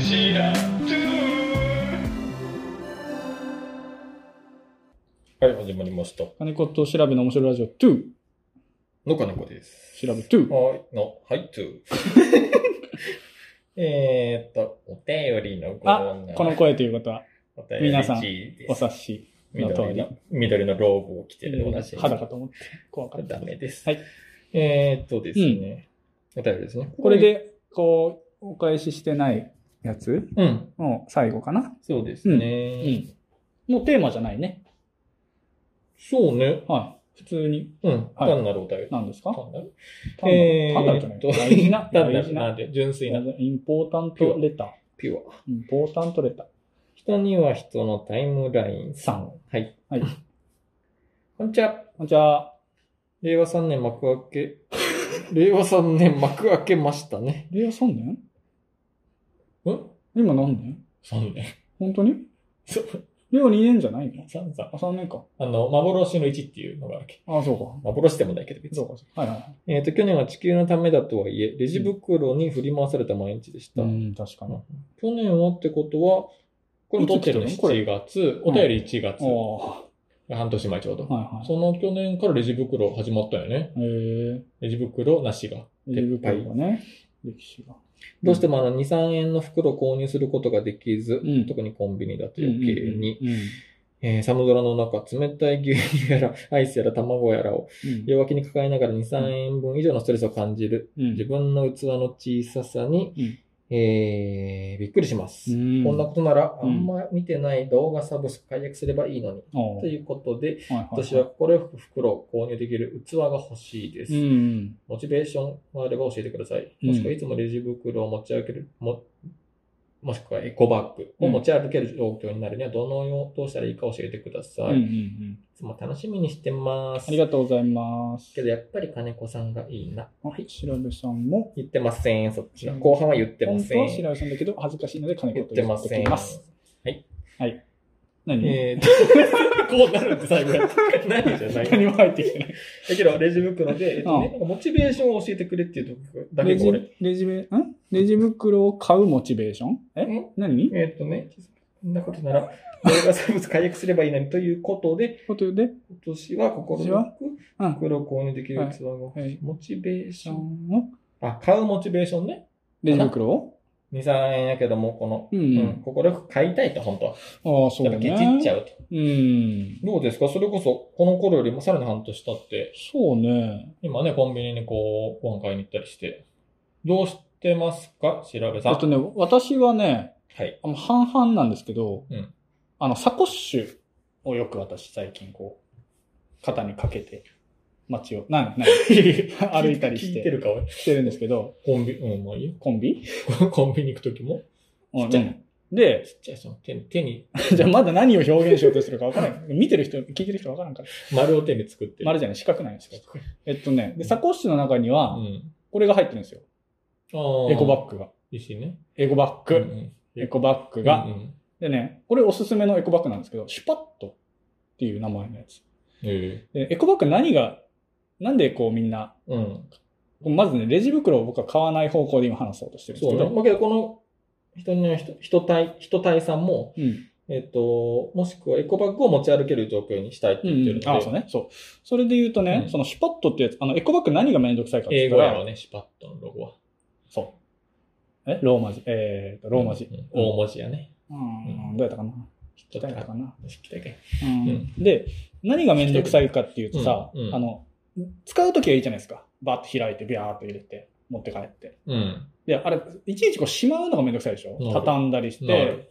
しらとはい、始まりました。 金子と調べの面白いラジオ2 の金子です。 調べ2 はい、2。お便りのコーナー。 この声ということは、皆さん、お察しの通り。 緑のローブを着てるの同じ。 肌かと思って、怖かった。 ダメです。 はい。 ですね。お便りですね。 これで、こう、お返ししてないやつの最後かな。 そうですね。 もうテーマじゃないね。 そうね。 はい。普通に。 単なるお便り。 何ですか？ 単なるじゃない。大事な。 純粋な。 インポータントレター。 ピュア。 インポータントレター。 人には人のタイムラインさん。はい。 はい。 こんにちは。 こんにちは。 令和3年幕開け。令和3年幕開けましたね。 令和3年？今何年？ 3 年。 本当に？ そう。 令和2年じゃないの？ 3 年か。 幻の1っていうのがあるけ。 そうか。 幻でもないけど別に。 そうか。はい。 去年は地球のためだとはいえ、レジ袋に振り回された毎日でした。 確かに。 去年はってことは、これ撮ってるの7月、お便り1月。半年前ちょうど。その去年からレジ袋始まったよね。レジ袋なしが。 レジ袋がね。歴史が。 どうしても2、3円の袋を購入することができず、特にコンビニだと余計に、寒空の中、冷たい牛乳やら、アイスやら、卵やらを、両脇に抱えながら2、3円分以上のストレスを感じる、自分の器の小ささに、びっくりします。こんなことなら、あんま見てない動画サブスク解約すればいいのに。ということで、私は心よく袋を購入できる器が欲しいです。モチベーションがあれば教えてください。もしくはいつもレジ袋を持ち歩ける、もしくはエコバッグを持ち歩ける状況になるにはどうしたらいいか教えてください。いつも楽しみにしてます。 ありがとうございます。 けどやっぱり金子さんがいいな。 はい。調べさんも言ってません。そっちの後半は言ってません。 本当は調べさんだけど恥ずかしいので金子と言ってます。はい。はい。何こうなるって最後やった。何じゃない。 何も入ってきてない。 だけど、レジ袋で、モチベーションを教えてくれっていうとこだけこれ。 レジ袋を買うモチベーション？何？ こんなことなら、動画サービス解約すればいいのにということで、今年は心よく袋を購入できる器が、モチベーションを、買うモチベーションね。 レジ袋を 2、3円やけども、心よく買いたいと、本当は。 そうだね。 ケチっちゃうと。どうですか？それこそ、この頃よりもさらに半年経って。 そうね。 今ね、コンビニにご飯買いに行ったりして。どうしてますか？調べさん。 私はね、半々なんですけど、サコッシュをよく私最近肩にかけて、街を、歩いたりして、してるんですけど、 コンビもういいよ。 コンビニ行くときもで、 ちっちゃいその手に。 じゃあまだ何を表現しようとするかわからない。見てる人、聞いてる人わからんから。 丸を手に作ってる。 丸じゃない、四角ないんですよ。で、サコッシュの中には、これが入ってるんですよ。エコバッグが。 石ね。 エコバッグ。エコバッグが。でね、これおすすめのエコバッグなんですけど、シュパットっていう名前のやつ。でエコバッグなんでみんな、まずね、レジ袋を僕は買わない方向で今話そうとしてるんですけど。 そうね。だけどこの人体さんも、もしくはエコバッグを持ち歩ける状況にしたいって言ってるので。 そうね。そう。それで言うとね、そのシュパットってやつ、エコバッグ何がめんどくさいかって言ったら。英語やろね、シュパットのロゴは。 そう。ローマ字。ローマ字。 大文字やね。 どうやったかな？聞きたいかな。で、何がめんどくさいかっていうとさ、使うときはいいじゃないですか。バーッと開いて、ビャーっと入れて、持って帰って。で、あれ、いちいちしまうのがめんどくさいでしょ？畳んだりして、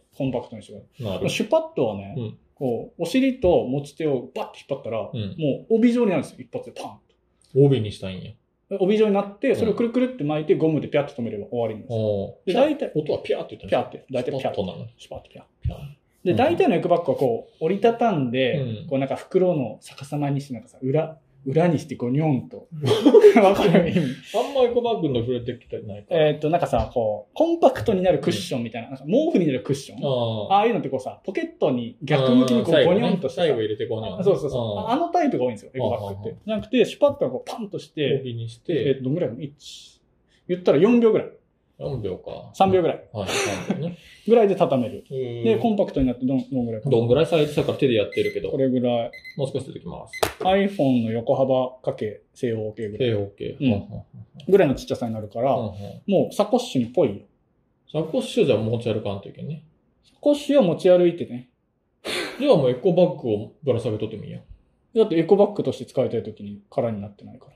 コンパクトにしよう。シュパットはね、お尻と持ち手をバッと引っ張ったら、もう帯状になるんですよ。一発でパンと。 帯にしたいんや。 帯状になって、それをくるくるって巻いてゴムでピャッと止めれば終わりなんですよ。で、大体、 音はピャーって言ったピャーって。大体ピャーとなの。 シュパッとピャー。で、大体のエコバッグは折りたたんで、なんか袋の逆さまにして、なんかさ、裏にしてゴニョンと。わかる意味。 あんまエコバッグの触れてきてないから。なんかさ、コンパクトになるクッションみたいな、なんか毛布になるクッション。ああいうのってポケットに逆向きにゴニョンとして。 最後入れてゴニョン。 そう。あのタイプが多いんですよ、エコバッグって。じゃなくて、シュパッとパンとして、 帯にして、 どんぐらいの ?1。言ったら4秒ぐらい。 4秒か。 3秒ぐらい。 はい、3秒ね。 ぐらいで畳める。で、コンパクトになってどんぐらいかな。 どんぐらいサイズだから手でやってるけど。 これぐらい。 もう少し出てきます。 iPhone の横幅かけ正方形ぐらい。 正方形。 ぐらいのちっちゃさになるから、もうサコッシュにぽいよ。 サコッシュじゃ持ち歩かんといけんね。 サコッシュは持ち歩いてね。 じゃあもうエコバッグをぶら下げとってもいいや。 だってエコバッグとして使いたいときに空になってないから。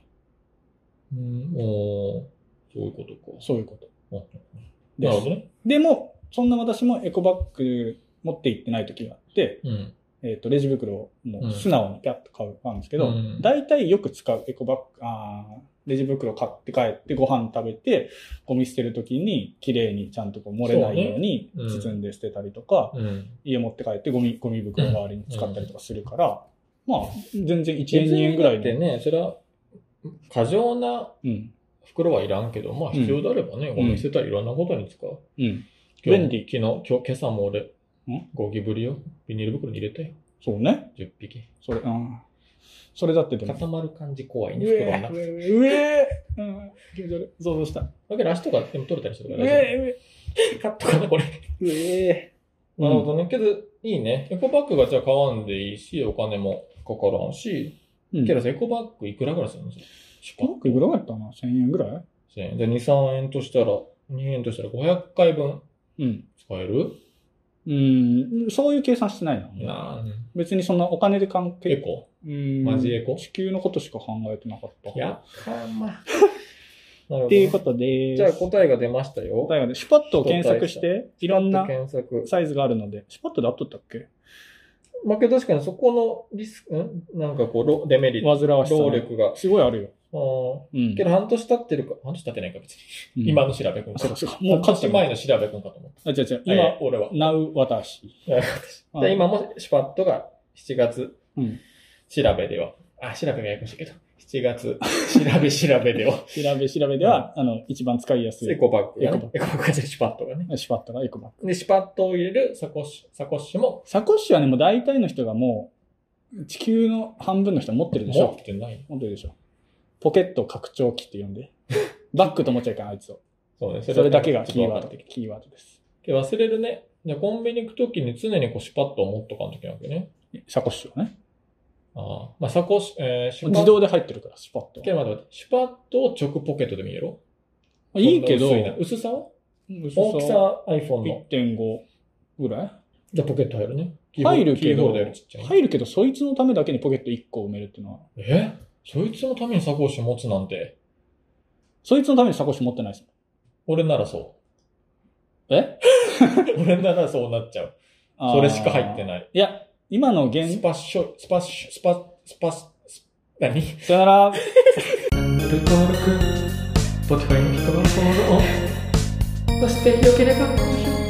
そういうことか。 そういうこと。 なるほどね。 でも、そんな私もエコバッグ持って行ってないときがあって、レジ袋をもう素直にピャッと買うんですけど、大体よく使うエコバッグ、レジ袋買って帰ってご飯食べて、ゴミ捨てるときに綺麗にちゃんとこう漏れないように包んで捨てたりとか、家持って帰ってゴミ袋代わりに使ったりとかするから、まあ、全然1円2円ぐらいでね、それは過剰な袋はいらんけど、まあ必要であればね、ゴミ捨てたりいろんなことに使う。 便利。 今朝も俺、ゴキブリをビニール袋に入れたよ。 そうね。 10匹。 それだってでも。 固まる感じ怖いね、袋の中。 気持ち悪い。想像した。 だけど足とかでも取れたりするからね。カットかな、これ。なるほどね。けど、いいね。エコバッグがじゃあ買わんでいいし、お金もかからんし。けどさ、エコバッグいくらぐらいするの？エコバッグいくらぐらいだったな ?1000 円ぐらい ?1000 円。じゃあ2、3円としたら、2円としたら500回分使える？ そういう計算してないな。別にそんなお金で関係。 エコ？マジエコ？ 地球のことしか考えてなかった。 やっかま。 っていうことで、 じゃあ答えが出ましたよ。 答えがシュパットを検索して、いろんなサイズがあるので、シュパットであっとったっけ？ まあ、けど確かにそこのリスク、なんかこう、デメリット、 煩わしさ、 労力が。 すごいあるよ。 けど半年経ってるか、半年経ってないか別に。今の調べくんか。もう半年前の調べくんかと思った。 違う。今、 俺は。 Now 私。 で、今もシュパットが7月、調べでは。調べがややこしいけど。7月、調べでは。 調べでは、一番使いやすい。 エコバッグ。エコバッグがシュパットがね。 シュパットがエコバッグ。 で、シュパットを入れるサコッシュも。 サコッシュはね、もう大体の人がもう、地球の半分の人は持ってるでしょ。 持ってない。 持ってるでしょ。ポケット拡張器って呼んで。バッグと思っちゃいかん、あいつを。 そうね。 それだけがキーワードです。 忘れるね。コンビニ行くときに常にこうシュパットを持っとかんときなわけね。 サコッシュをね。 まあ、サコッシュ、 自動で入ってるから、シュパット。 待って。シュパットを直ポケットで見えろ？ いいけど、 薄さは？大きさ iPhone の。 1.5 ぐらい？ じゃあポケット入るね。 入るけど、そいつのためだけにポケット1個埋めるっていうのは。 そいつのためにサコッシュ持つなんて。 そいつのためにサコッシュ持ってないです。 俺ならそう。俺ならそうなっちゃう。それしか入ってない。 いや、今の何？ さよなら。 登録、Spotify の人はフォロー。そして良ければ高評価。